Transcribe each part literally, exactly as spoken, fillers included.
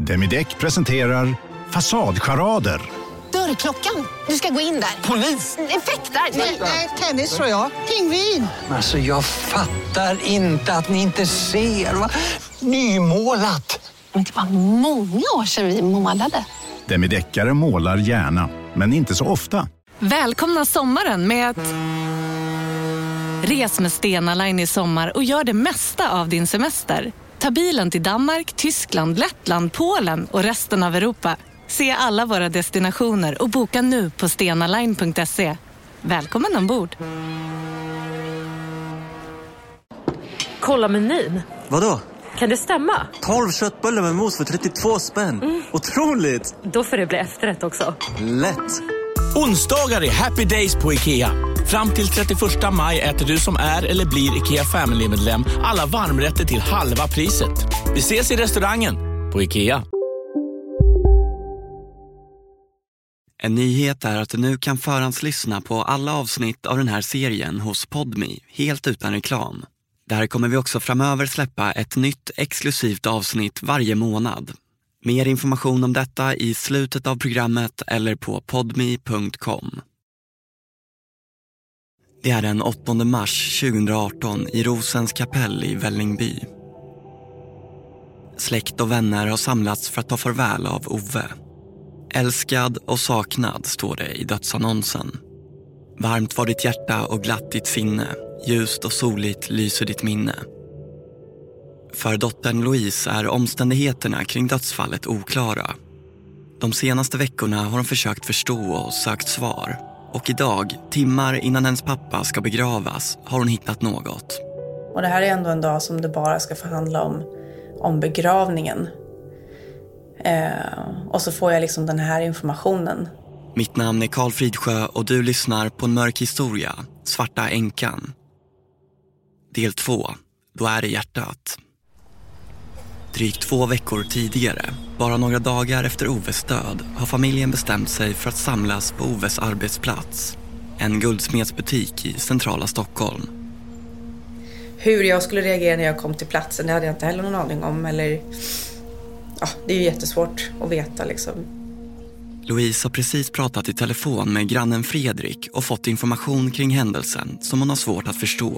Demideck presenterar Fasadcharader. Dörrklockan. Du ska gå in där. Polis? Effektar? Nej, nej, tennis tror jag. Pingvin. Alltså jag fattar inte att ni inte ser. Va? Nymålat. Men det var många år sedan vi målade. Demideckare målar gärna, men inte så ofta. Välkomna sommaren med att... Res med Stena Line i sommar och gör det mesta av din semester. Ta bilen till Danmark, Tyskland, Lettland, Polen och resten av Europa. Se alla våra destinationer och boka nu på stenaline punkt se. Välkommen ombord. Kolla menyn. Vadå? Kan det stämma? tolv köttbullar med mos för trettiotvå spänn. Mm. Otroligt! Då får det bli efterrätt också. Lätt! Onsdagar är happy days på IKEA. Fram till trettioförsta maj äter du som är eller blir IKEA Family-medlem alla varmrätter till halva priset. Vi ses i restaurangen på IKEA. En nyhet är att du nu kan förhandslyssna på alla avsnitt av den här serien hos Podme, helt utan reklam. Där kommer vi också framöver släppa ett nytt exklusivt avsnitt varje månad. Mer information om detta i slutet av programmet eller på podme punkt com. Det är den åttonde mars tjugohundraarton i Rosens kapell i Vällingby. Släkt och vänner har samlats för att ta farväl av Ove. Älskad och saknad står det i dödsannonsen. Varmt var ditt hjärta och glatt ditt sinne. Ljust och soligt lyser ditt minne. För dottern Louise är omständigheterna kring dödsfallet oklara. De senaste veckorna har hon försökt förstå och sökt svar. Och idag, timmar innan hennes pappa ska begravas, har hon hittat något. Och det här är ändå en dag som det bara ska få handla om, om begravningen. Eh, och så får jag liksom den här informationen. Mitt namn är Karl Fridsjö och du lyssnar på en mörk historia, Svarta änkan. Del två, då är det hjärtat. Drygt två veckor tidigare, bara några dagar efter Oves död, har familjen bestämt sig för att samlas på Oves arbetsplats. En guldsmedsbutik i centrala Stockholm. Hur jag skulle reagera när jag kom till platsen, det hade jag inte heller någon aning om. Eller, ja, det är ju jättesvårt att veta liksom. Louise har precis pratat i telefon med grannen Fredrik och fått information kring händelsen som hon har svårt att förstå.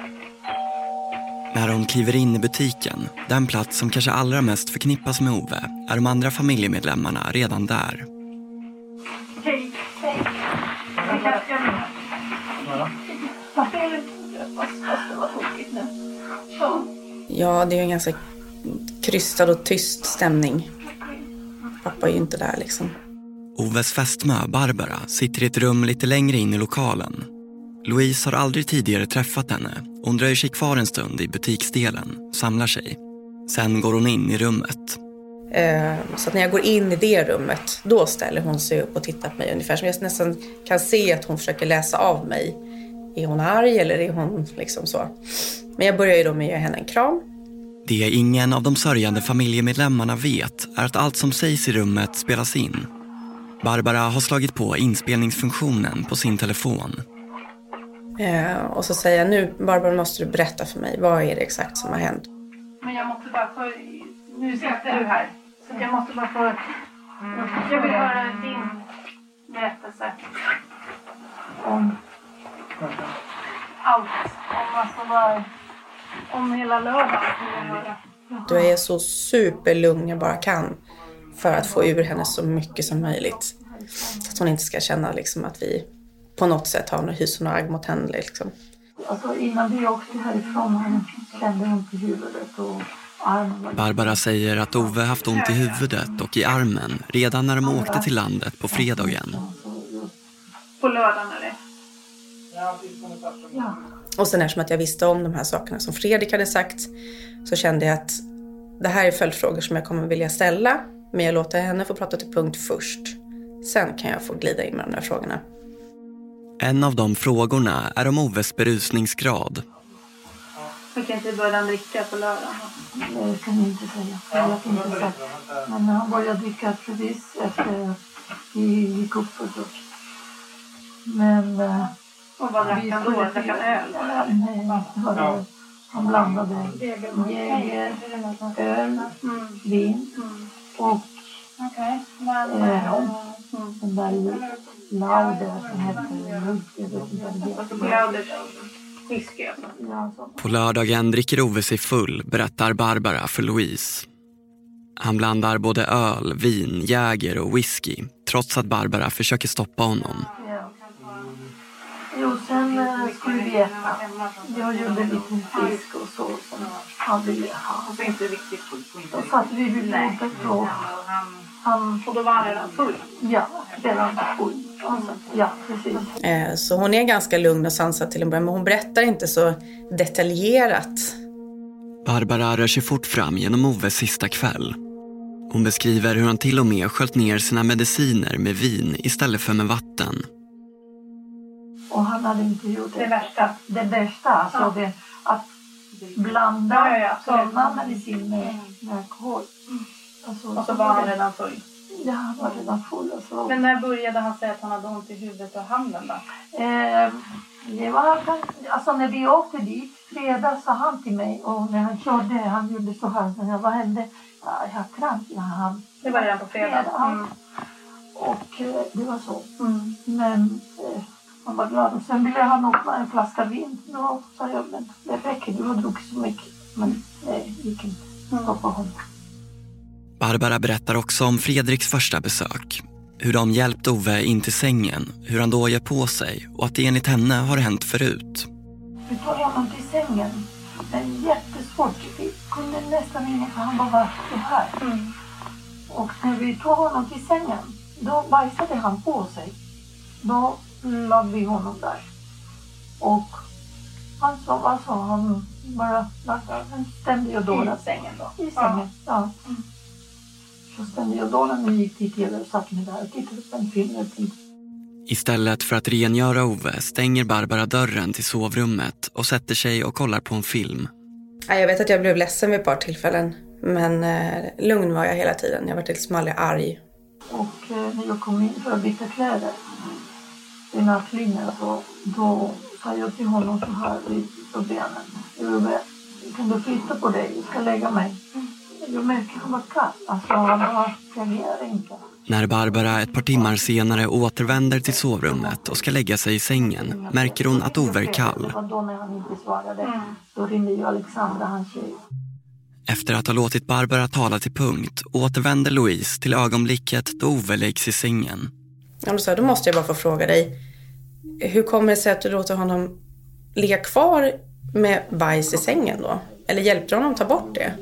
När hon kliver in i butiken, den plats som kanske allra mest förknippas med Ove, är de andra familjemedlemmarna redan där. Hej, hej. Vilka ska jag med? Varför är det det var tokigt nu? Så. Ja, det är en ganska krystad och tyst stämning. Pappa är ju inte där liksom. Oves fästmö, Barbara, sitter i ett rum lite längre in i lokalen. Louise har aldrig tidigare träffat henne. Hon dröjer sig kvar en stund i butiksdelen, samlar sig. Sen går hon in i rummet. Eh, så att när jag går in i det rummet, då ställer hon sig upp och tittar på mig. Ungefär som jag nästan kan se att hon försöker läsa av mig. Är hon arg eller är hon liksom så? Men jag börjar ju då med att ge henne en kram. Det ingen av de sörjande familjemedlemmarna vet är att allt som sägs i rummet spelas in. Barbara har slagit på inspelningsfunktionen på sin telefon. Eh, och så säger jag, nu Barbara måste du berätta för mig, vad är det exakt som har hänt? Men jag måste bara få, nu sitter du här, så jag måste bara få, jag vill höra din berättelse om allt, om alltså bara, om hela lördagen. Du är så superlugn jag bara kan för att få ur henne så mycket som möjligt. Så att hon inte ska känna liksom att vi på något sätt har något hus och något agg mot henne. Liksom. Alltså innan vi åkte härifrån kände hon till huvudet och armen. Barbara säger att Ove haft ont i huvudet och i armen redan när de åkte till landet på fredagen. På lördagen eller? Ja. Och sen eftersom att jag visste om de här sakerna som Fredrik hade sagt, så kände jag att det här är följdfrågor som jag kommer vilja ställa. Men jag låter henne få prata till punkt först. Sen kan jag få glida in med de här frågorna. En av de frågorna är om Oves berusningsgrad. Jag kan inte börja dricka på lördagen. Det kan jag inte säga. Jag vet inte sagt. Men han började dricka precis efter att vi gick upp och då. Men... Och vad drack han då? Drack han öl? Nej, det var han blandade jäger, öl, vin Och okay. Men, eh, mm. den där Lauder som heter Lauder whisky. På lördagen dricker Ove sig full, berättar Barbara för Louise. Han blandar både öl, vin, jäger och whisky, trots att Barbara försöker stoppa honom. Ja. Jo, sen äh, skulle vi äta. Jag gjorde lite fisk och så som han ville ha. Då satt vi vid bordet och han... Och då var han redan full? Ja, redan full. Alltså, ja, precis. Eh, så hon är ganska lugn och sansad till en början, men hon berättar inte så detaljerat. Barbara rör sig fort fram genom Oves sista kväll. Hon beskriver hur han till och med sköljt ner sina mediciner med vin istället för med vatten. Och han hade inte gjort det, det värsta. Det bästa, alltså ja. det, att blanda ja, ja, ja. sådana medicin med, med alkohol. Mm. Alltså, och så var han redan full? Ja, han var redan full. Alltså. Men när började han säga att han hade ont i huvudet och handen då? Eh, det var, alltså när vi åkte dit, fredag sa han till mig, och när han körde, han gjorde så här, så jag, vad hände? Ja, jag kramp i han. Det var redan på fredag? Mm. Och eh, det var så. Mm. Men eh, han var glad. Och sen ville han öppna en flaska vin. Då sa jag, men det räcker, du har druckit så mycket. Men det gick inte. Stoppa honom. Barbara berättar också om Fredriks första besök. Hur de hjälpt Ove in till sängen, hur han då ger på sig och att det enligt henne har hänt förut. Vi tog honom till sängen. Men jättesvårt. Vi kunde nästan inte, för han bara var så här. Mm. Och när vi tog honom till sängen, då bajsade han på sig. Då lade vi honom där. Och han sov, alltså han bara han stämde ju dålen. I sängen då? I sängen, ja. ja. Mm. Så stämde jag dålen och gick till tv och satt mig där och tittade på en film. Istället för att rengöra Ove stänger Barbara dörren till sovrummet och sätter sig och kollar på en film. Jag vet att jag blev ledsen vid ett par tillfällen, men eh, lugn var jag hela tiden. Jag var till smallig arg. Och eh, när jag kom in för att byta kläder i nattlinjen, så då sa jag till honom så här på benen. Ove, kan du flytta på dig? Jag ska lägga mig. Jag märker att han var kall. Alltså han bara reagerar inte. När Barbara ett par timmar senare återvänder till sovrummet och ska lägga sig i sängen märker hon att Ove är kall. Det var då när han inte svarade. Då ringde ju Alexandra, hans tjej. Efter att ha låtit Barbara tala till punkt återvänder Louise till ögonblicket då Ove läggs i sängen. Ja, då, då måste jag bara få fråga dig. Hur kommer det sig att du låter honom ligga kvar med bajs i sängen då? Eller hjälpte honom ta bort det?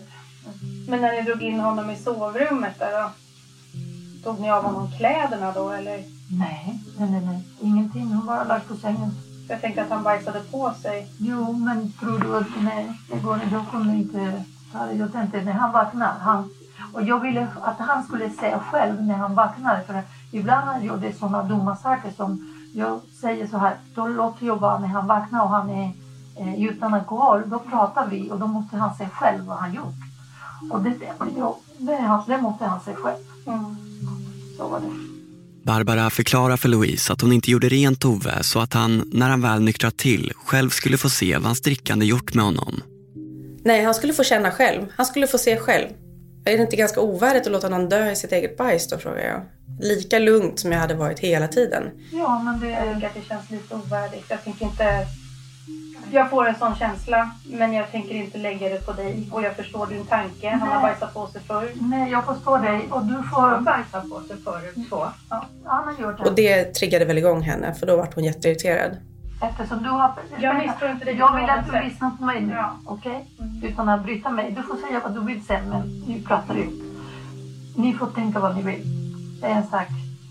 Men när ni drog in honom i sovrummet där då? Tog ni av honom kläderna då eller? Nej, nej, nej, nej. Ingenting. Han bara lagt på sängen. Jag tänkte att han bajsade på sig. Jo, men tror du att nej, det går inte. Jag kunde inte. Jag tänkte när han vaknade. Han, och jag ville att han skulle säga själv när han vaknade. För ibland gör det sådana dumma saker som jag säger så här. Då låter jag bara när han vaknar och han är eh, utan alkohol. Då pratar vi och då måste han säga själv vad han gjort. Och det, det, det, det måste han säga själv. Mm. Så var det. Barbara förklarar för Louise att hon inte gjorde rent Ove så att han, när han väl nyktrat till, själv skulle få se vad hans drickande gjort med honom. Nej, han skulle få känna själv. Han skulle få se själv. Är det inte ganska ovärdigt att låta någon dö i sitt eget bajs då, frågar jag. Lika lugnt som jag hade varit hela tiden. Ja, men det... Jag tycker att det känns lite ovärdigt. Jag tänker inte... Jag får en sån känsla, men jag tänker inte lägga det på dig. Och jag förstår din tanke. Han har bajsat på sig förr. Nej, jag förstår dig. Och du får bajsa på sig förr. Så. Ja. Han har gjort det. Och det triggade väl igång henne, för då var hon jätteirriterad. Eftersom du har... Jag misstror inte dig. Jag vill att du lyssnar på mig nu, ja. okej? Okay? Mm. Utan att bryta mig. Du får säga vad du vill sen, men vi pratar ut. Ni får tänka vad ni vill. Det är en sak.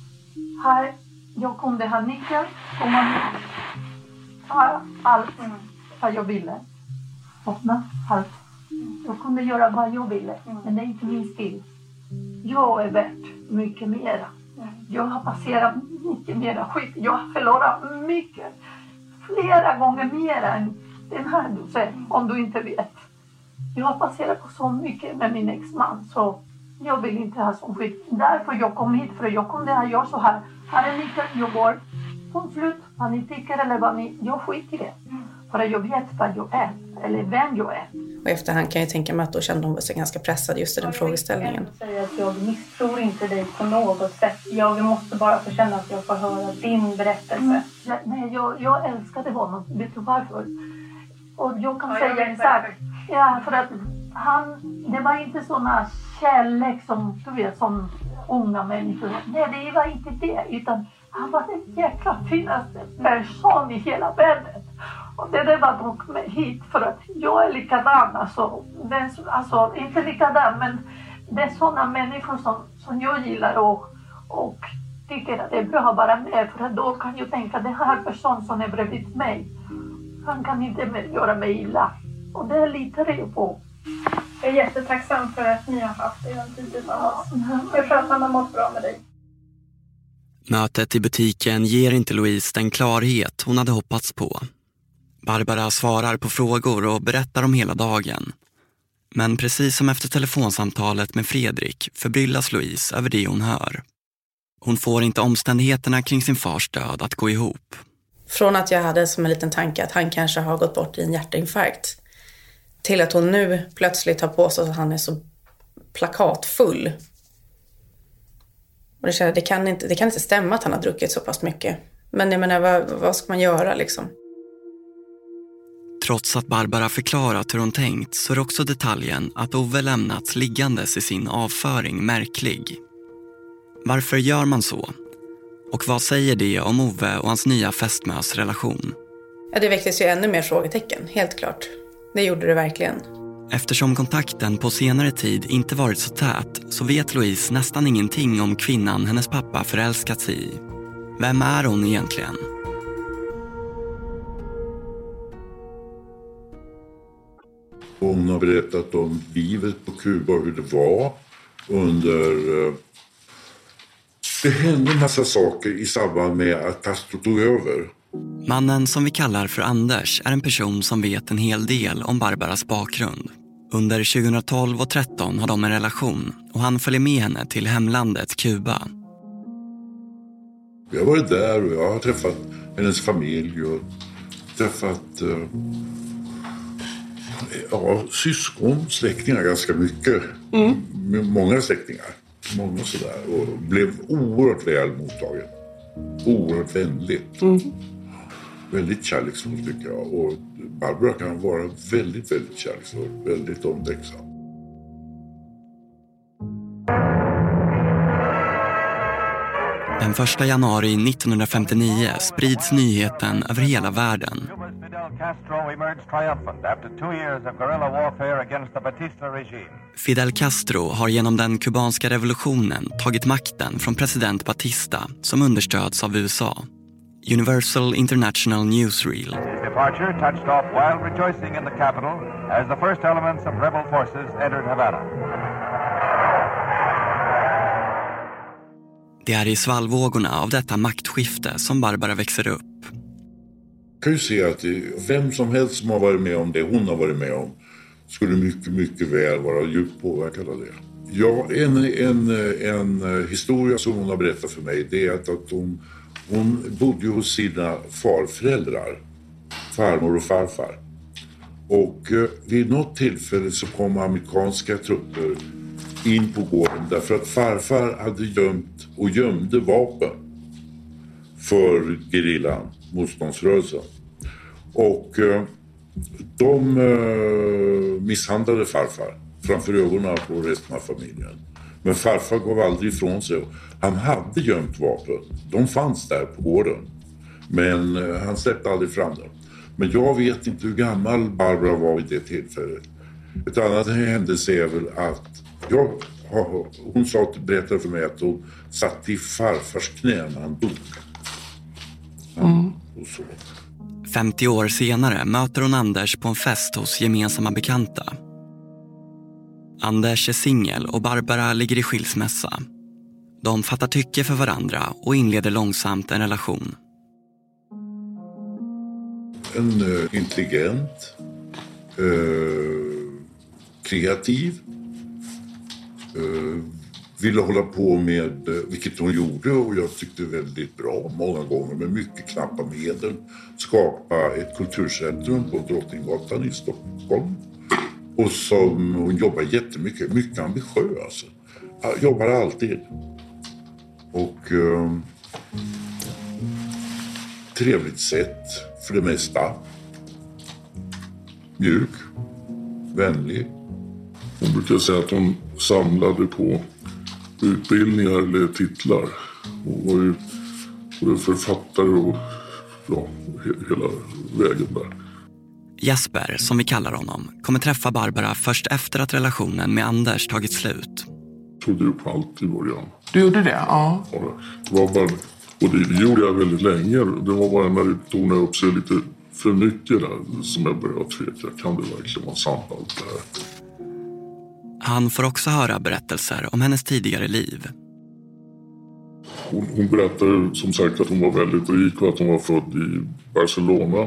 Här, jag kunde ha nyckeln. Och man ta allt mm. vad jag ville. Öppna allt. Mm. Jag kunde göra vad jag ville. Mm. Men det är inte min stil. Jag är värt mycket mera. Mm. Jag har passerat mycket mera skit. Jag har förlorat mycket. Flera gånger mer än den här du säger. Mm. Om du inte vet. Jag har passerat på så mycket med min exman. Så jag vill inte ha sån skit. Därför jag kom hit. För jag kunde ha gjort så här. Här är nyckeln. Jag går. Punkt slut. Vad ni tycker eller vad ni... Jag skit i det. Mm. För att jag vet vad jag är, eller vem jag är. Och efterhand kan jag tänka mig att då kände hon sig ganska pressad just i den frågeställningen. Jag säger att jag misstror inte dig på något sätt. Jag måste bara få känna att jag får höra din berättelse. Mm. Ja, nej, jag, jag älskade honom. Vet du varför? Och jag kan ja, säga en sak. Ja, för att han, det var inte såna kärlek som, du vet, som unga människor. Nej, det var inte det. Utan han var den jäkla finaste person i hela världen. Och det där var drog mig hit för att jag är likadan. Alltså, den, alltså inte likadan, men det är sådana människor som, som jag gillar och, och tycker att det är bra att vara med. För att då kan jag tänka att den här personen som är bredvid mig, han kan inte göra mig illa. Och det litar jag på. Jag är jättetacksam för att ni har haft er tid tillsammans. Jag tror att han har mått bra med dig. Mötet i butiken ger inte Louise den klarhet hon hade hoppats på. Barbara svarar på frågor och berättar om hela dagen. Men precis som efter telefonsamtalet med Fredrik förbryllas Louise över det hon hör. Hon får inte omständigheterna kring sin fars död att gå ihop. Från att jag hade som en liten tanke att han kanske har gått bort i en hjärtinfarkt till att hon nu plötsligt har på sig att han är så plakatfull. Och det, känner, det, kan inte, det kan inte stämma att han har druckit så pass mycket. Men jag menar, vad, vad ska man göra liksom? Trots att Barbara förklarat hur hon tänkt så är också detaljen att Ove lämnats liggandes i sin avföring märklig. Varför gör man så? Och vad säger det om Ove och hans nya fästmös relation? Ja, det väcktes ju ännu mer frågetecken, helt klart. Det gjorde det verkligen. Eftersom kontakten på senare tid inte varit så tät så vet Louise nästan ingenting om kvinnan hennes pappa förälskat sig i. Vem är hon egentligen? Hon har berättat om livet på Kuba, hur det var under... Det hände en massa saker i samband med att Castro tog över. Mannen som vi kallar för Anders är en person som vet en hel del om Barbaras bakgrund. Under tjugohundratolv och tretton har de en relation och han följer med henne till hemlandet Kuba. Jag har varit där och jag har träffat hennes familj och träffat uh, ja, syskon, släktingar ganska mycket. Mm. Många släktingar, många sådär. Och blev oerhört väl mottagen. Oerhört vänligt. Mm. Väldigt kärleksfull tycker jag. Och Barbara kan vara väldigt, väldigt kärleksfull. Väldigt omtänksam. Den första januari nittonhundrafemtionio sprids nyheten över hela världen. Fidel Castro har genom den kubanska revolutionen tagit makten från president Batista som understöds av U S A. Universal International Newsreel. Departure touched off while rejoicing in the capital as the first elements of rebel forces entered Havana. Det är i svallvågorna av detta maktskifte som Barbara växer upp. Jag kan ju se att vem som helst som har varit med om det hon har varit med om skulle mycket, mycket väl vara djupt påverkad av det. Ja, en, en, en historia som hon har berättat för mig, det är att, att hon, hon bodde hos sina farföräldrar, farmor och farfar. Och eh, vid något tillfälle så kom amerikanska trupper in på gården därför att farfar hade gömt och gömde vapen för gerillan, motståndsrörelsen. Och eh, de eh, misshandlade farfar framför ögonen på resten av familjen. Men farfar gav aldrig ifrån sig. Han hade gömt vapen. De fanns där på gården. Men eh, han släppte aldrig fram dem. Men jag vet inte hur gammal Barbara var vid det tillfället. Ett annat händelse är väl att jag, hon sa, berättade för mig att hon satt i farfars knä när han dog. Mm. Och så. femtio år senare möter hon Anders på en fest hos gemensamma bekanta. Anders är singel och Barbara ligger i skilsmässa. De fattar tycke för varandra och inleder långsamt en relation. En uh, intelligent, uh, kreativ, uh, ville hålla på med, vilket hon gjorde och jag tyckte väldigt bra många gånger med mycket knappa medel, skapa ett kulturcentrum på Drottninggatan i Stockholm. Och som hon jobbar jättemycket, mycket ambitiös. Jobbar alltid. Och eh, trevligt sätt för det mesta. Mjuk, vänlig. Hon brukar säga att hon samlade på utbildningar eller titlar. Hon var ju både författare och ja, hela vägen där. Jesper, som vi kallar honom, kommer träffa Barbara först efter att relationen med Anders tagit slut. Jag trodde ju på allt i början. Du gjorde det? Ja. Ja, det var bara, och det, det gjorde jag väldigt länge. Det var bara när det tonade upp sig lite för mycket där som jag började tveka. Kan det verkligen vara sant allt det här? Han får också höra berättelser om hennes tidigare liv. Hon, hon berättade som sagt att hon var väldigt rik och att hon var född i Barcelona.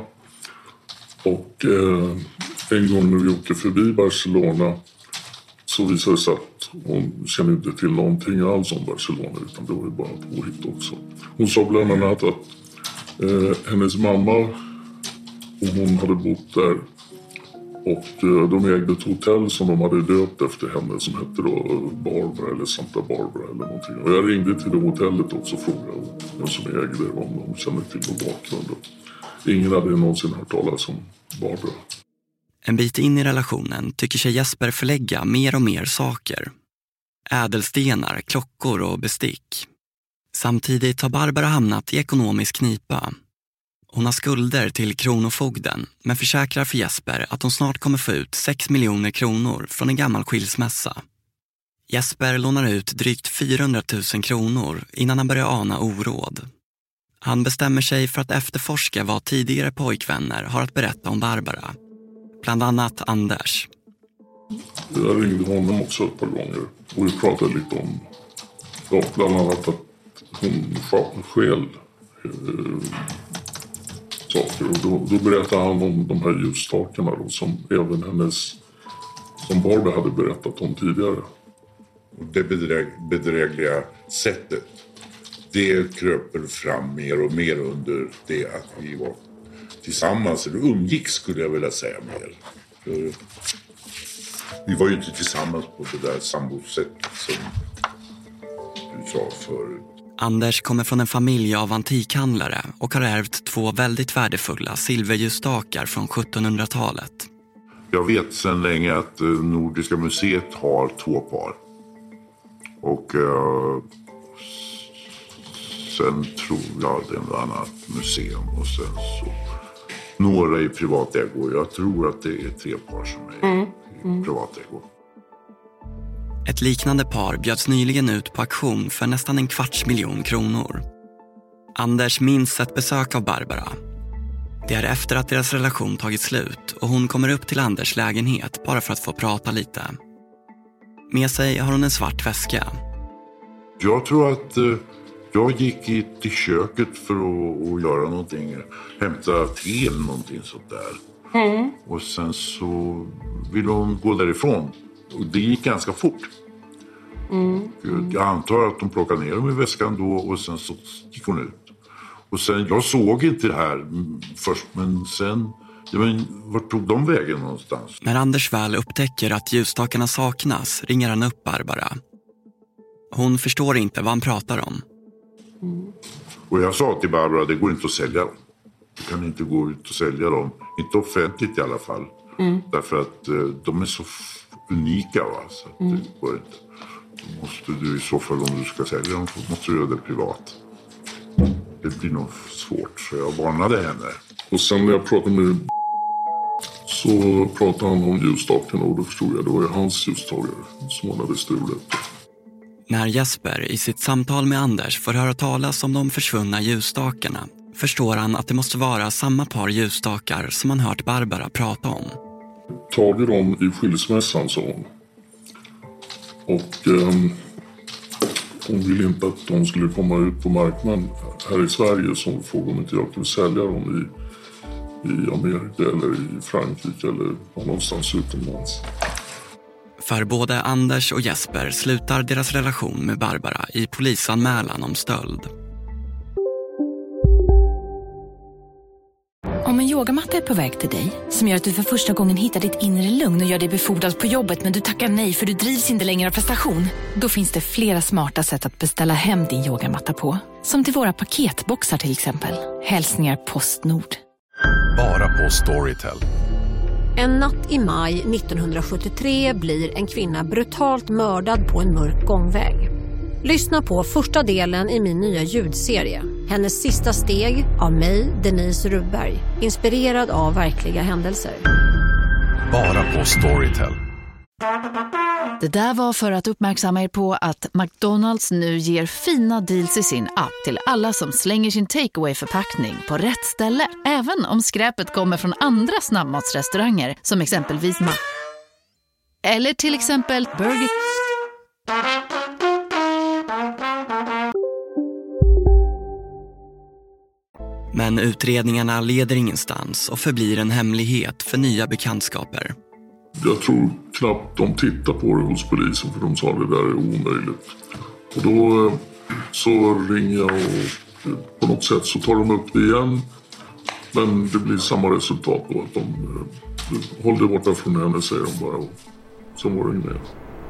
Och eh, en gång när vi åkte förbi Barcelona så visade det sig att hon kände inte till någonting alls om Barcelona, utan det var ju bara påhitt också. Hon sa bland annat att eh, hennes mamma och hon hade bott där och eh, de ägde ett hotell som de hade döpt efter henne som hette då Barbara eller Santa Barbara eller någonting. Och jag ringde till det hotellet också och frågade vem som ägde det, om de kände till någon bakgrund. Ingen hade någonsin hört talas om Barbara. En bit in i relationen tycker sig Jesper förlägga mer och mer saker. Ädelstenar, klockor och bestick. Samtidigt har Barbara hamnat i ekonomisk knipa. Hon har skulder till kronofogden men försäkrar för Jesper att hon snart kommer få ut sex miljoner kronor från en gammal skilsmässa. Jesper lånar ut drygt fyrahundratusen kronor innan han börjar ana oråd. Han bestämmer sig för att efterforska vad tidigare pojkvänner har att berätta om Barbara. Bland annat Anders. Jag ringde honom också ett par gånger och vi pratade lite om ja, bland annat att hon skäl eh, saker. Och då, då berättade han om de här ljusstakarna då, som även hennes, som Barbara hade berättat om tidigare. Det bedräg, bedrägliga sättet, det kröper fram mer och mer under det att vi var tillsammans, eller umgick skulle jag vilja säga mer. För vi var ju inte tillsammans på det där sambosättet som du sa förut. Anders kommer från en familj av antikhandlare och har ärvt två väldigt värdefulla silverljusstakar från sjuttonhundratalet. Jag vet sedan länge att Nordiska museet har två par. Och uh, sen tror jag det är ett annat museum och sen så några i privat ägo. Jag tror att det är tre par som är mm. Mm. i privat ägo. Ett liknande par bjöds nyligen ut på auktion för nästan en kvarts miljon kronor. Anders minns ett besök av Barbara. Det är efter att deras relation tagit slut och hon kommer upp till Anders lägenhet bara för att få prata lite. Med sig har hon en svart väska. Jag tror att eh, jag gick i, till köket för att, att göra någonting. Hämta te eller någonting sånt där. Mm. Och sen så ville hon gå därifrån. Och det gick ganska fort. Mm. Jag antar att de plockade ner dem i väskan då och sen så gick hon ut. Och sen, jag såg inte det här först, men sen, ja, men vart tog de vägen någonstans? När Anders väl upptäcker att ljusstakarna saknas ringer han upp Barbara. Hon förstår inte vad han pratar om. Mm. Och jag sa till Barbara, det går inte att sälja dem. Du kan inte gå ut och sälja dem. Inte offentligt i alla fall. Mm. Därför att uh, de är så f- unika, va? Så att mm. det går inte. Då måste du i så fall, om du ska sälja dem, så måste du göra det privat. Det blir nog svårt, så jag varnade henne. Och sen när jag pratade med så pratade han om ljusstaken och då förstod jag, det var ju hans ljustagare som han hade stulit. När Jesper i sitt samtal med Anders får höra talas om de försvunna ljusstakarna förstår han att det måste vara samma par ljusstakar som han hört Barbara prata om. Tagit dem i skilsmässan, sa hon. Och eh, hon ville inte att de skulle komma ut på marknaden här i Sverige, så hon frågade om inte jag kunde sälja dem i, i Amerika eller i Frankrike eller någonstans utomlands. För både Anders och Jesper slutar deras relation med Barbara i polisanmälan om stöld. Om en yogamatta är på väg till dig, som gör att du för första gången hittar ditt inre lugn och gör dig befordrad på jobbet men du tackar nej för du drivs inte längre av prestation, då finns det flera smarta sätt att beställa hem din yogamatta på. Som till våra paketboxar till exempel. Hälsningar Postnord. Bara på Storytel. En natt i maj nittonhundrasjuttiotre blir en kvinna brutalt mördad på en mörk gångväg. Lyssna på första delen i min nya ljudserie. Hennes sista steg av mig, Denise Rubberg. Inspirerad av verkliga händelser. Bara på Storytel. Det där var för att uppmärksamma er på att McDonalds nu ger fina deals i sin app till alla som slänger sin takeaway-förpackning på rätt ställe. Även om skräpet kommer från andra snabbmatsrestauranger som exempelvis Ma... Eller till exempel Burger... Men utredningarna leder ingenstans och förblir en hemlighet för nya bekantskaper. Jag tror knappt de tittar på det hos polisen för de sa det där är omöjligt. Och då så ringer jag och på något sätt så tar de upp det igen. Men det blir samma resultat då att de håller borta från henne, säger de bara. Och så var det med.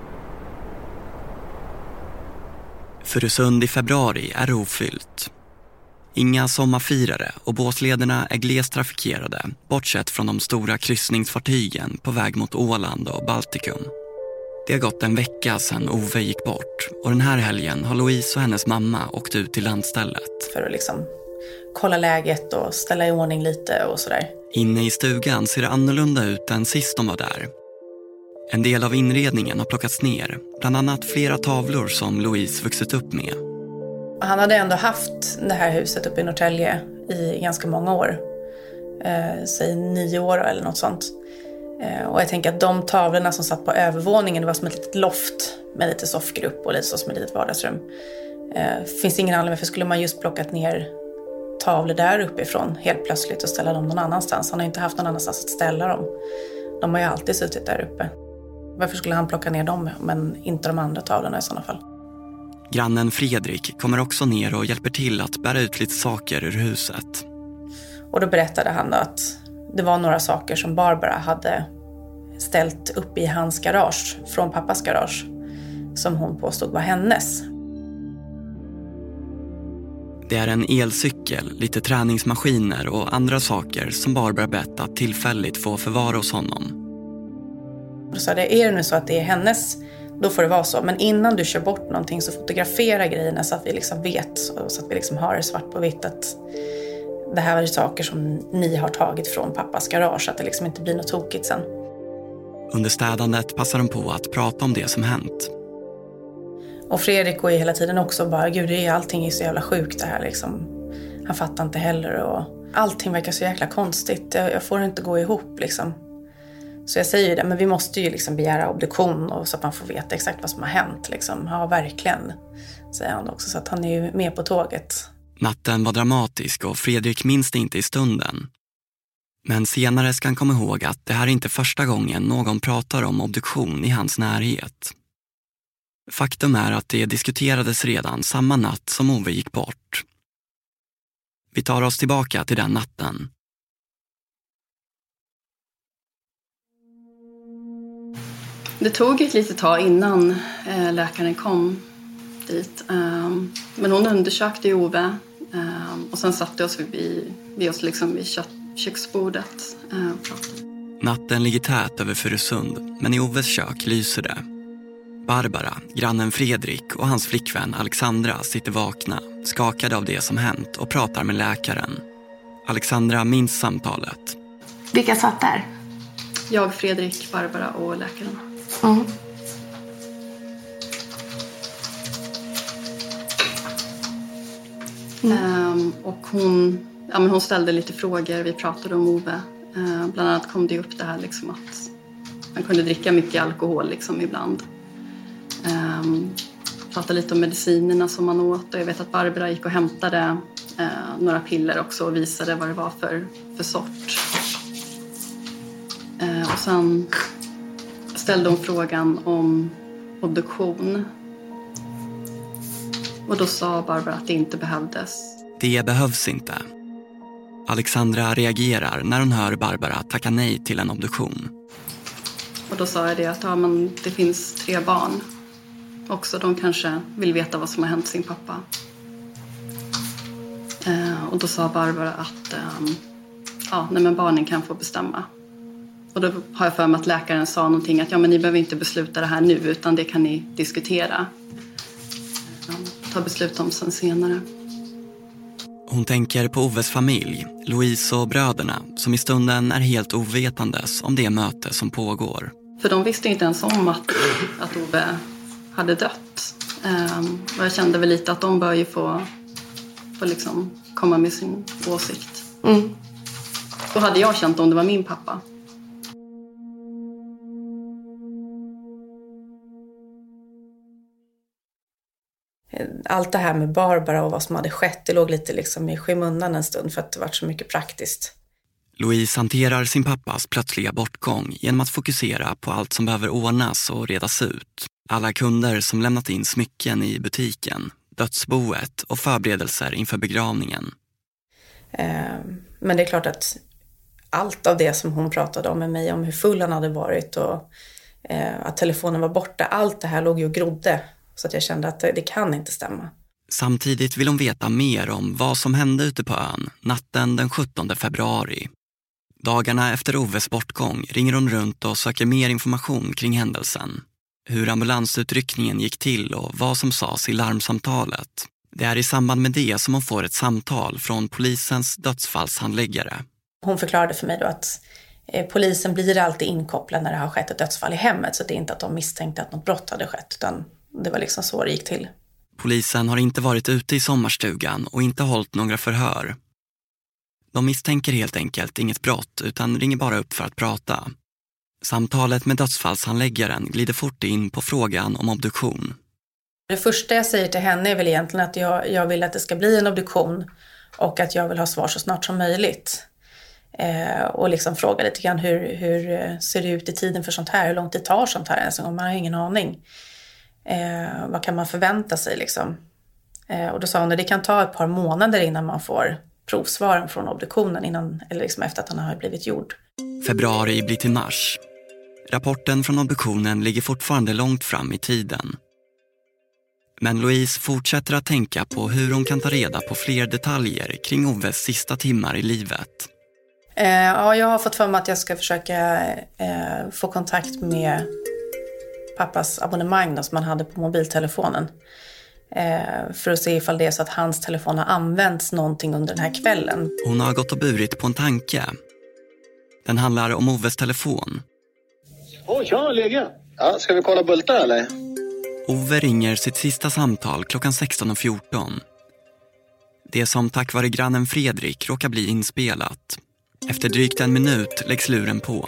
Furusund i februari är ofyllt. Inga sommarfirare och båtlederna är glest trafikerade, bortsett från de stora kryssningsfartygen på väg mot Åland och Baltikum. Det har gått en vecka sedan Ove gick bort och den här helgen har Louise och hennes mamma åkt ut till landstället. För att liksom kolla läget och ställa i ordning lite och sådär. Inne i stugan ser det annorlunda ut än sist de var där. En del av inredningen har plockats ner, bland annat flera tavlor som Louise vuxit upp med. Han hade ändå haft det här huset uppe i Norrtälje i ganska många år. Eh, säg nio år eller något sånt. Eh, och jag tänker att de tavlorna som satt på övervåningen, det var som ett litet loft med lite soffgrupp och lite så som ett litet vardagsrum. Eh, finns ingen anledning för skulle man just plockat ner tavlor där uppifrån helt plötsligt och ställa dem någon annanstans. Han har inte haft någon annanstans att ställa dem. De har ju alltid suttit där uppe. Varför skulle han plocka ner dem men inte de andra tavlorna i sådana fall? Grannen Fredrik kommer också ner och hjälper till att bära ut lite saker ur huset. Och då berättade han då att det var några saker som Barbara hade ställt upp i hans garage, från pappas garage, som hon påstod var hennes. Det är en elcykel, lite träningsmaskiner och andra saker som Barbara bett att tillfälligt få förvara hos honom. Då sa det, är det nu så att det är hennes, då får det vara så. Men innan du kör bort någonting så fotografera grejerna så att vi liksom vet, så att vi liksom har det svart på vitt att det här är saker som ni har tagit från pappas garage, så att det liksom inte blir något tokigt sen. Under städandet passar de på att prata om det som hänt. Och Fredrik går ju hela tiden också bara, gud det är allting är så jävla sjukt det här liksom. Han fattar inte heller och allting verkar så jäkla konstigt. Jag, jag får det inte gå ihop liksom. Så jag säger ju det, men vi måste ju liksom begära obduktion och så att man får veta exakt vad som har hänt liksom. Ja, verkligen, säger han också, så att han är ju med på tåget. Natten var dramatisk och Fredrik minns det inte i stunden. Men senare ska han komma ihåg att det här är inte första gången någon pratar om obduktion i hans närhet. Faktum är att det diskuterades redan samma natt som Ove gick bort. Vi tar oss tillbaka till den natten. Det tog ett litet tag innan läkaren kom dit. Men hon undersökte ju Ove och sen satte oss vid, vid oss liksom vid köksbordet. Natten ligger tät över Furusund, men i Oves kök lyser det. Barbara, grannen Fredrik och hans flickvän Alexandra sitter vakna, skakade av det som hänt och pratar med läkaren. Alexandra minns samtalet. Vilka satt där? Jag, Fredrik, Barbara och läkaren. Mm. Mm. Um, och hon, ja, men hon ställde lite frågor, vi pratade om Ove. Uh, bland annat kom det upp det här liksom att man kunde dricka mycket alkohol liksom ibland. Um, pratade lite om medicinerna som man åt och jag vet att Barbara gick och hämtade uh, några piller också och visade vad det var för, för sort. Uh, och sen, ställde hon frågan om obduktion. Och då sa Barbara att det inte behövdes. Det behövs inte. Alexandra reagerar när hon hör Barbara tacka nej till en obduktion. Och då sa jag det att ja, men det finns tre barn. Också de kanske vill veta vad som har hänt sin pappa. Eh, och då sa Barbara att eh, ja, nej, men barnen kan få bestämma. Och då har jag för mig att läkaren sa någonting att ja, men ni behöver inte besluta det här nu utan det kan ni diskutera. Ja, ta beslut om sen senare. Hon tänker på Oves familj, Louise och bröderna, som i stunden är helt ovetandes om det möte som pågår. För de visste inte ens om att, att Ove hade dött. Um, och jag kände väl lite att de bör ju få, få liksom komma med sin åsikt. Mm. Då hade jag känt om det var min pappa. Allt det här med Barbara och vad som hade skett, det låg lite liksom i skymundan en stund för att det var så mycket praktiskt. Louise hanterar sin pappas plötsliga bortgång genom att fokusera på allt som behöver ordnas och redas ut. Alla kunder som lämnat in smycken i butiken, dödsboet och förberedelser inför begravningen. Eh, men det är klart att allt av det som hon pratade om med mig, om hur full han hade varit och eh, att telefonen var borta, allt det här låg ju och grodde. Så att jag kände att det, det kan inte stämma. Samtidigt vill hon veta mer om vad som hände ute på ön natten den sjuttonde februari. Dagarna efter Oves bortgång ringer hon runt och söker mer information kring händelsen. Hur ambulansutryckningen gick till och vad som sades i larmsamtalet. Det är i samband med det som hon får ett samtal från polisens dödsfallshandläggare. Hon förklarade för mig då att eh, polisen blir alltid inkopplad när det har skett ett dödsfall i hemmet. Så det är inte att de misstänkte att något brott hade skett, utan det var liksom så det gick till. Polisen har inte varit ute i sommarstugan och inte hållit några förhör. De misstänker helt enkelt inget brott utan ringer bara upp för att prata. Samtalet med dödsfallshandläggaren glider fort in på frågan om obduktion. Det första jag säger till henne är väl egentligen att jag, jag vill att det ska bli en obduktion och att jag vill ha svar så snart som möjligt. Eh, och liksom fråga lite grann hur, hur ser det ut i tiden för sånt här, hur långt det tar sånt här ens, man har ingen aning. Eh, vad kan man förvänta sig liksom? Eh, och då sa hon att det kan ta ett par månader innan man får provsvaren från obduktionen innan, eller liksom efter att han har blivit gjord. Februari blir till mars. Rapporten från obduktionen ligger fortfarande långt fram i tiden. Men Louise fortsätter att tänka på hur hon kan ta reda på fler detaljer kring Oves sista timmar i livet. Eh, ja, jag har fått för mig att jag ska försöka eh, få kontakt med pappas abonnemang då, som han hade på mobiltelefonen. Eh, för att se ifall det är så att hans telefon har använts någonting under den här kvällen. Hon har gått och burit på en tanke. Den handlar om Oves telefon. Åh, oh, tja, läge. Ja, ska vi kolla bultar eller? Ove ringer sitt sista samtal klockan sexton och fjorton. Det som tack vare grannen Fredrik råkar bli inspelat. Efter drygt en minut läggs luren på.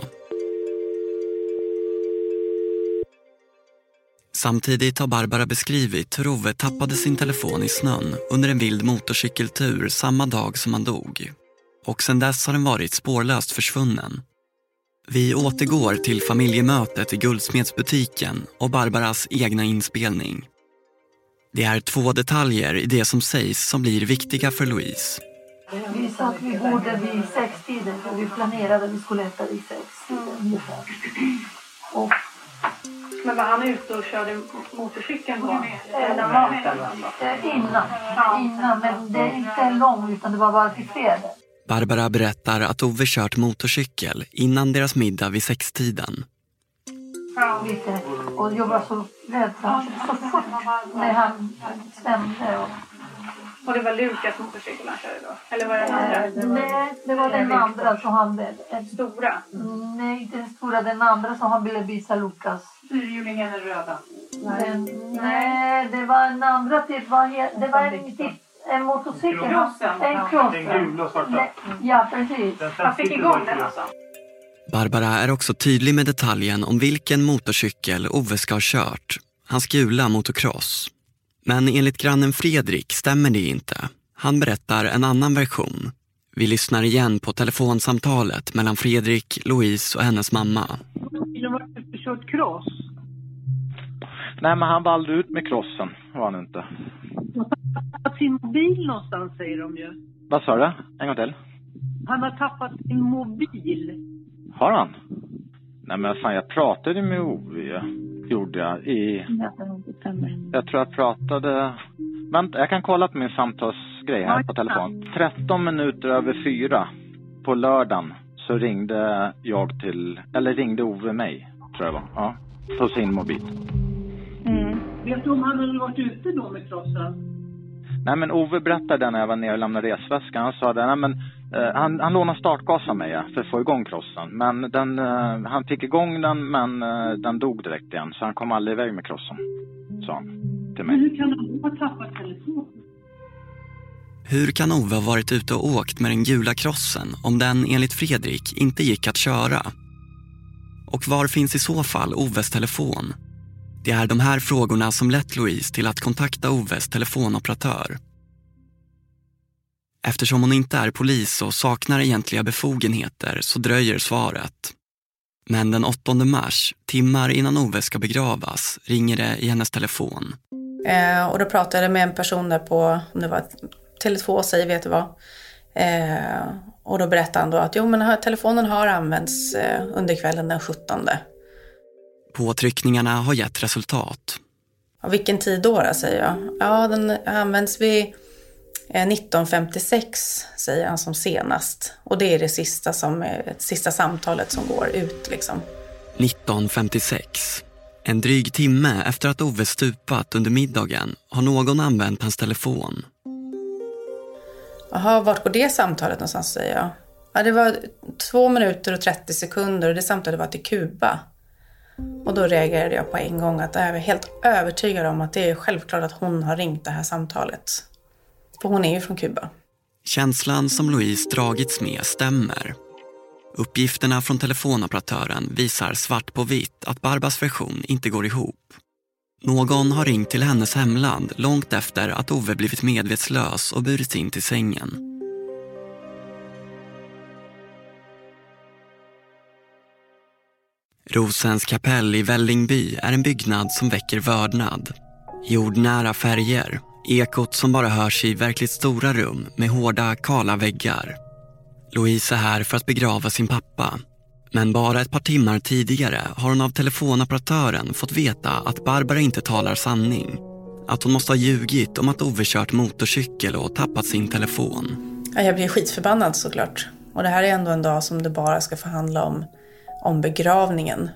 Samtidigt har Barbara beskrivit hur Ove tappade sin telefon i snön under en vild motorcykeltur samma dag som han dog. Och sedan dess har den varit spårlöst försvunnen. Vi återgår till familjemötet i guldsmedsbutiken och Barbaras egna inspelning. Det är två detaljer i det som sägs som blir viktiga för Louise. Vi satt vid bordet vid sextiden för vi planerade att vi skulle äta vid sextiden. Och men var han ute och körde motorcykeln då? Eller maten? Innan. Innan, men det är inte långt utan det var bara till fredag. Barbara berättar att Ove kört motorcykel innan deras middag vid sextiden. Ja, lite. Och jag var så rädd så fort när han stämde. Och... och det var Lukas motorcykel han körde då? Eller var det den andra? Nej, det var den andra som han ville. Den stora? Nej, inte den stora. Den andra som han ville visa Lukas. Fyrhjulingen är röda? Den, nej, det var en andra typ. Det var en typ. En motorcykel. Crossen. En cross. Den gula och svarta. Ja, precis. Han fick igång den alltså. Barbara är också tydlig med detaljen om vilken motorcykel Ove ska ha kört. Hans gula motocross. Men enligt grannen Fredrik stämmer det inte. Han berättar en annan version. Vi lyssnar igen på telefonsamtalet mellan Fredrik, Louise och hennes mamma. tydligen varit ute och kört cross. Nej, men han var aldrig ut med crossen, var han inte. Han har tappat sin mobil någonstans, säger de ju. Vad sa du? En gång till. Han har tappat sin mobil. Har han? Nej, men fan, jag pratade med Ove, gjorde jag, i... Jag tror jag pratade... Vänta, jag kan kolla på min samtalsgrej här på telefon. tretton minuter över fyra på lördagen så ringde jag till... Eller ringde Ove mig, tror jag var. Ja, på sin mobil. Mm. Vet du om han hade varit ute då med krossen? Nej, men Ove berättade när jag var nere och lämnade resväskan. Han sa det, nej men eh, han, han lånade startgas av mig ja, för att få igång krossen. Men den, eh, han fick igång den, men eh, den dog direkt igen. Så han kom aldrig iväg med krossen, sa han till mig. Men hur kan han ha tappat telefonen? Hur kan Ove ha varit ute och åkt med den gula krossen om den enligt Fredrik inte gick att köra? Och var finns i så fall Oves telefon? Det är de här frågorna som lett Louise till att kontakta Oves telefonoperatör. Eftersom hon inte är polis och saknar egentliga befogenheter så dröjer svaret. Men den åttonde mars, timmar innan Ove ska begravas, ringer det i hennes telefon. Eh, och då pratade jag med en person där på, om det var Tele två, säger vet du vad. Eh, och då berättade han då att jo, men här, telefonen har använts eh, under kvällen den sjuttonde. Påtryckningarna har gett resultat. Och vilken tid då, då, säger jag. Ja, den används vid eh, nitton femtiosex, säger han som senast. Och det är det sista, som, eh, sista samtalet som går ut liksom. nitton femtiosex. En dryg timme efter att Ove stupat under middagen har någon använt hans telefon. Jaha, vart går det samtalet någonstans, säger jag. Ja, det var två minuter och trettio sekunder och det samtalet var till Kuba. Och då reagerade jag på en gång att jag är helt övertygad om att det är självklart att hon har ringt det här samtalet. För hon är ju från Kuba. Känslan som Louise dragits med stämmer. Uppgifterna från telefonoperatören visar svart på vitt att Barbas version inte går ihop. Någon har ringt till hennes hemland långt efter att Ove blivit medvetslös och burits in till sängen. Rosens kapell i Vällingby är en byggnad som väcker vördnad. Jordnära färger, ekot som bara hörs i verkligt stora rum med hårda, kala väggar. Louise är här för att begrava sin pappa. Men bara ett par timmar tidigare har hon av telefonoperatören fått veta att Barbara inte talar sanning. Att hon måste ha ljugit om att Ove kört motorcykel och tappat sin telefon. Ja, jag blir skitförbannad såklart. Och det här är ändå en dag som det bara ska förhandla om, om begravningen.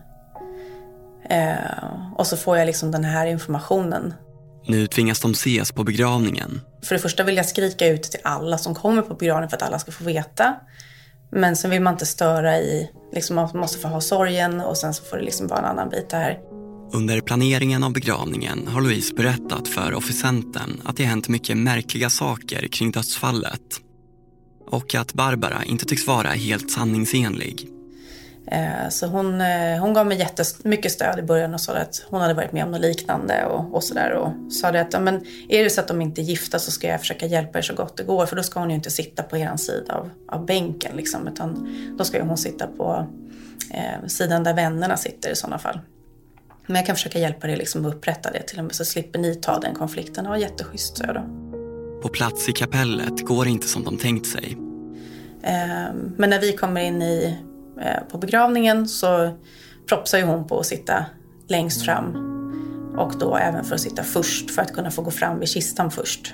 Eh, och så får jag liksom den här informationen. Nu tvingas de ses på begravningen. För det första vill jag skrika ut till alla som kommer på begravningen för att alla ska få veta. Men sen vill man inte störa i, liksom man måste få ha sorgen och sen så får det liksom vara en annan bit här. Under planeringen av begravningen har Louise berättat för officianten att det hänt mycket märkliga saker kring dödsfallet. Och att Barbara inte tycks vara helt sanningsenlig. Så hon, hon gav mig jättemycket stöd i början och sa att hon hade varit med om något liknande och, och sådär. Och sa det att men är det så att de inte är gifta så ska jag försöka hjälpa er så gott det går. För då ska hon ju inte sitta på er sida av, av bänken liksom, utan då ska ju hon sitta på eh, sidan där vännerna sitter i sådana fall. Men jag kan försöka hjälpa er liksom att upprätta det till och med så slipper ni ta den konflikten. Det var jätteschysst, så jag då. På plats i kapellet går det inte som de tänkt sig. Eh, men när vi kommer in i på begravningen så propsar ju hon på att sitta längst fram och då även för att sitta först för att kunna få gå fram vid kistan först.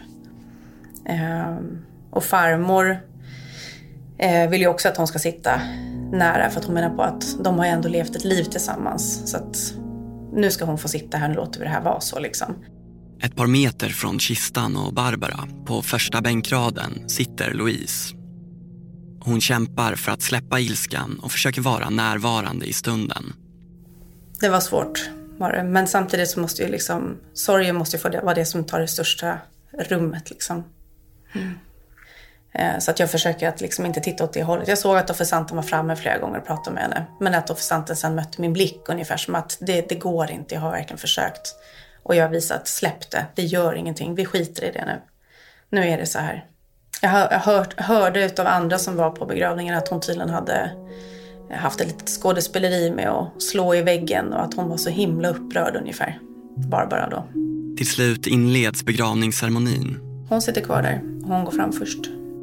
Och farmor vill ju också att hon ska sitta nära för att hon menar på att de har ju ändå levt ett liv tillsammans så att nu ska hon få sitta här, nu låter vi det här vara så liksom. Ett par meter från kistan och Barbara på första bänkraden sitter Louise. Hon kämpar för att släppa ilskan och försöker vara närvarande i stunden. Det var svårt, var det. Men samtidigt så måste ju liksom, sorgen måste ju få det, vara det som tar det största rummet liksom. Mm. Så att jag försöker att liksom inte titta åt det hållet. Jag såg att officianten var framme flera gånger och pratade med henne. Men att officianten sen mötte min blick ungefär som att det, det går inte, jag har verkligen försökt. Och jag visade att släpp det, det gör ingenting, vi skiter i det nu. Nu är det så här. Jag, hör, jag hört, hörde utav andra som var på begravningen att hon tydligen hade haft ett litet skådespeleri med att slå i väggen och att hon var så himla upprörd ungefär. Barbara då. Till slut inleds begravningsceremonin. Hon sitter kvar där och hon går fram först.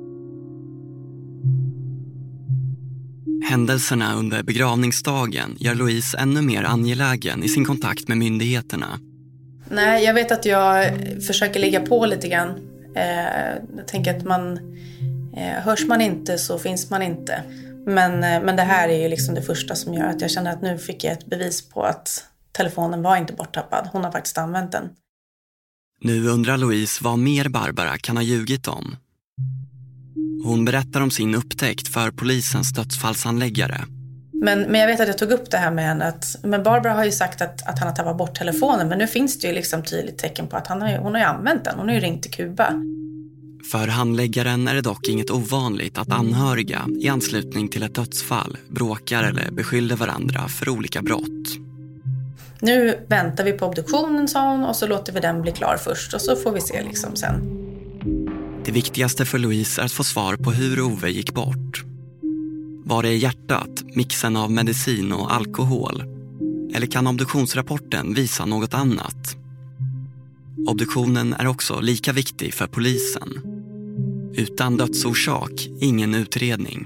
Händelserna under begravningsdagen gör Louise ännu mer angelägen i sin kontakt med myndigheterna. Nej, jag vet att jag försöker ligga på lite grann. Eh, jag tänker att man eh, hörs man inte så finns man inte. Men, eh, men det här är ju liksom det första som gör att jag känner att nu fick jag ett bevis på att telefonen var inte borttappad. Hon har faktiskt använt den. Nu undrar Louise vad mer Barbara kan ha ljugit om. Hon berättar om sin upptäckt för polisens dödsfallshandläggare. Men, men jag vet att jag tog upp det här med henne. Att, men Barbara har ju sagt att, att han har tappat bort telefonen. Men nu finns det ju liksom tydligt tecken på att han har, hon har ju använt den. Hon har ju ringt till Kuba. För handläggaren är det dock inget ovanligt att anhöriga i anslutning till ett dödsfall bråkar eller beskyller varandra för olika brott. Nu väntar vi på obduktionen, sa hon, och så låter vi den bli klar först. Och så får vi se liksom sen. Det viktigaste för Louise är att få svar på hur Ove gick bort. Var det hjärtat, mixen av medicin och alkohol? Eller kan obduktionsrapporten visa något annat? Obduktionen är också lika viktig för polisen. Utan dödsorsak, ingen utredning.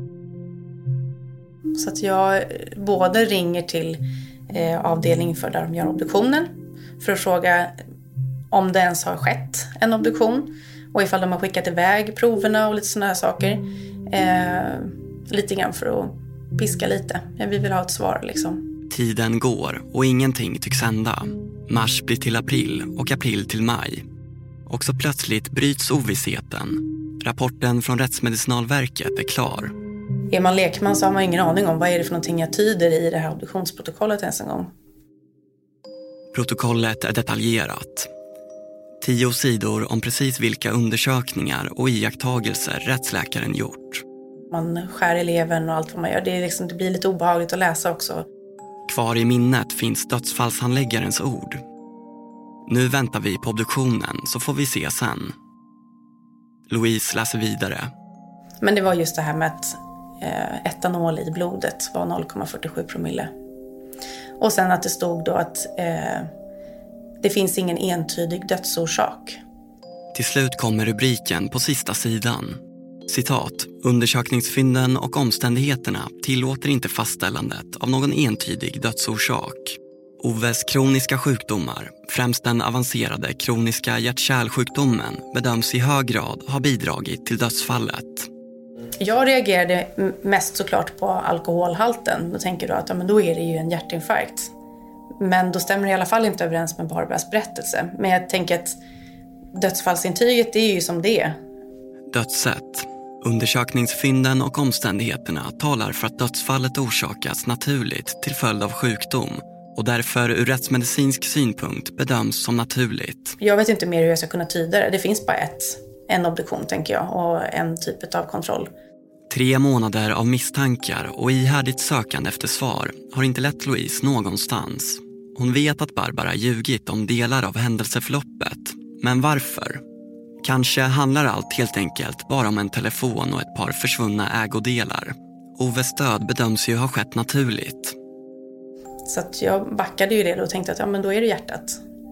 Så att jag både ringer till eh, avdelningen för där de gör obduktionen. För att fråga om det ens har skett en obduktion. Och ifall de har skickat iväg proverna och lite sådana här saker. Eh, lite grann för att piska lite. Men vi vill ha ett svar liksom. Tiden går och ingenting tycks hända. Mars blir till april och april till maj. Och så plötsligt bryts ovissheten. Rapporten från Rättsmedicinalverket är klar. Är man lekman så har man ingen aning om vad är det för någonting jag tyder i det här obduktionsprotokollet ens en gång. Protokollet är detaljerat. Tio sidor om precis vilka undersökningar och iakttagelser rättsläkaren gjort. Man skär eleven och allt vad man gör. Det, är liksom, det blir lite obehagligt att läsa också. Kvar i minnet finns dödsfallshandläggarens ord. Nu väntar vi på obduktionen så får vi se sen. Louise läser vidare. Men det var just det här med att eh, etanol i blodet var noll komma fyrtiosju promille. Och sen att det stod då att eh, det finns ingen entydig dödsorsak. Till slut kommer rubriken på sista sidan. Citat, undersökningsfynden och omständigheterna tillåter inte fastställandet av någon entydig dödsorsak. Oves kroniska sjukdomar, främst den avancerade kroniska hjärt-kärlsjukdomen, bedöms i hög grad ha bidragit till dödsfallet. Jag reagerade mest såklart på alkoholhalten. Då tänker du att ja, men då är det ju en hjärtinfarkt. Men då stämmer det i alla fall inte överens med Barbaras berättelse. Men jag tänker att dödsfallsintyget det är ju som det är. Dödssätt. Undersökningsfynden och omständigheterna talar för att dödsfallet orsakats naturligt till följd av sjukdom och därför ur rättsmedicinsk synpunkt bedöms som naturligt. Jag vet inte mer hur jag ska kunna tyda det. Det finns bara ett, en obduktion tänker jag och en typ av kontroll. Tre månader av misstankar och ihärdigt sökande efter svar har inte lett Louise någonstans. Hon vet att Barbara ljugit om delar av händelseförloppet. Men varför? Kanske handlar allt helt enkelt bara om en telefon och ett par försvunna ägodelar. Oves död bedöms ju ha skett naturligt. Så att jag backade ju det och tänkte att ja, men då är det hjärtat.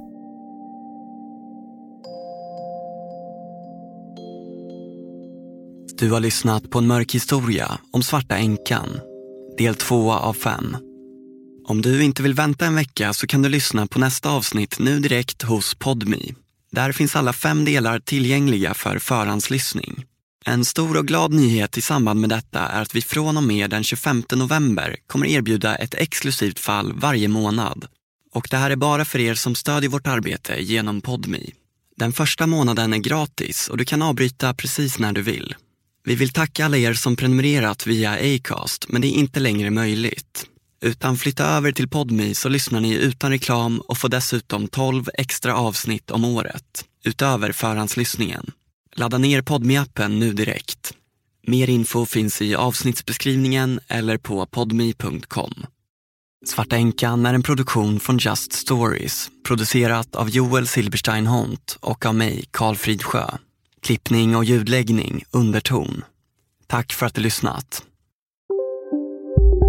Du har lyssnat på en mörk historia om Svarta änkan. Del två av fem. Om du inte vill vänta en vecka så kan du lyssna på nästa avsnitt nu direkt hos Podme. Där finns alla fem delar tillgängliga för förhandslyssning. En stor och glad nyhet i samband med detta är att vi från och med den tjugofemte november kommer erbjuda ett exklusivt fall varje månad. Och det här är bara för er som stödjer vårt arbete genom Podme. Den första månaden är gratis och du kan avbryta precis när du vill. Vi vill tacka alla er som prenumererat via Acast, men det är inte längre möjligt. Utan flytta över till Podme så lyssnar ni utan reklam och får dessutom tolv extra avsnitt om året, utöver förhandslyssningen. Ladda ner Podme-appen nu direkt. Mer info finns i avsnittsbeskrivningen eller på podme punkt com. Svarta änkan är en produktion från Just Stories, producerat av Joel Silberstein Hont och av mig, Carl Fridsjö. Klippning och ljudläggning, Underton. Tack för att du lyssnat.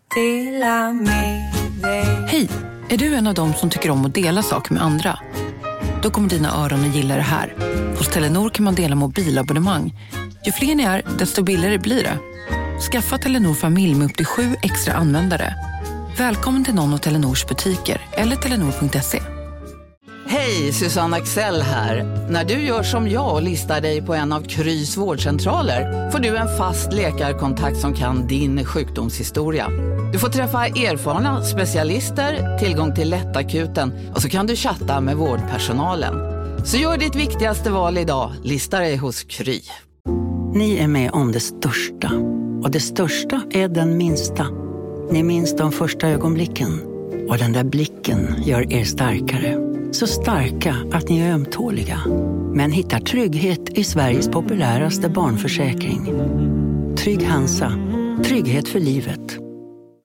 Hej, är du en av dem som tycker om att dela saker med andra? Då kommer dina öron att gilla det här. Hos Telenor kan man dela mobilabonnemang. Ju fler ni är, desto billigare blir det. Skaffa Telenor familj med upp till sju extra användare. Välkommen till någon av Telenors butiker eller telenor punkt se. Hej, Susanne Axel här. När du gör som jag och listar dig på en av Krys vårdcentraler får du en fast läkarkontakt som kan din sjukdomshistoria. Du får träffa erfarna specialister, tillgång till lättakuten och så kan du chatta med vårdpersonalen. Så gör ditt viktigaste val idag, lista dig hos Kry. Ni är med om det största. Och det största är den minsta. Ni minns de första ögonblicken. Och den där blicken gör er starkare. Så starka att ni är ömtåliga. Men hittar trygghet i Sveriges populäraste barnförsäkring. Trygg Hansa. Trygghet för livet.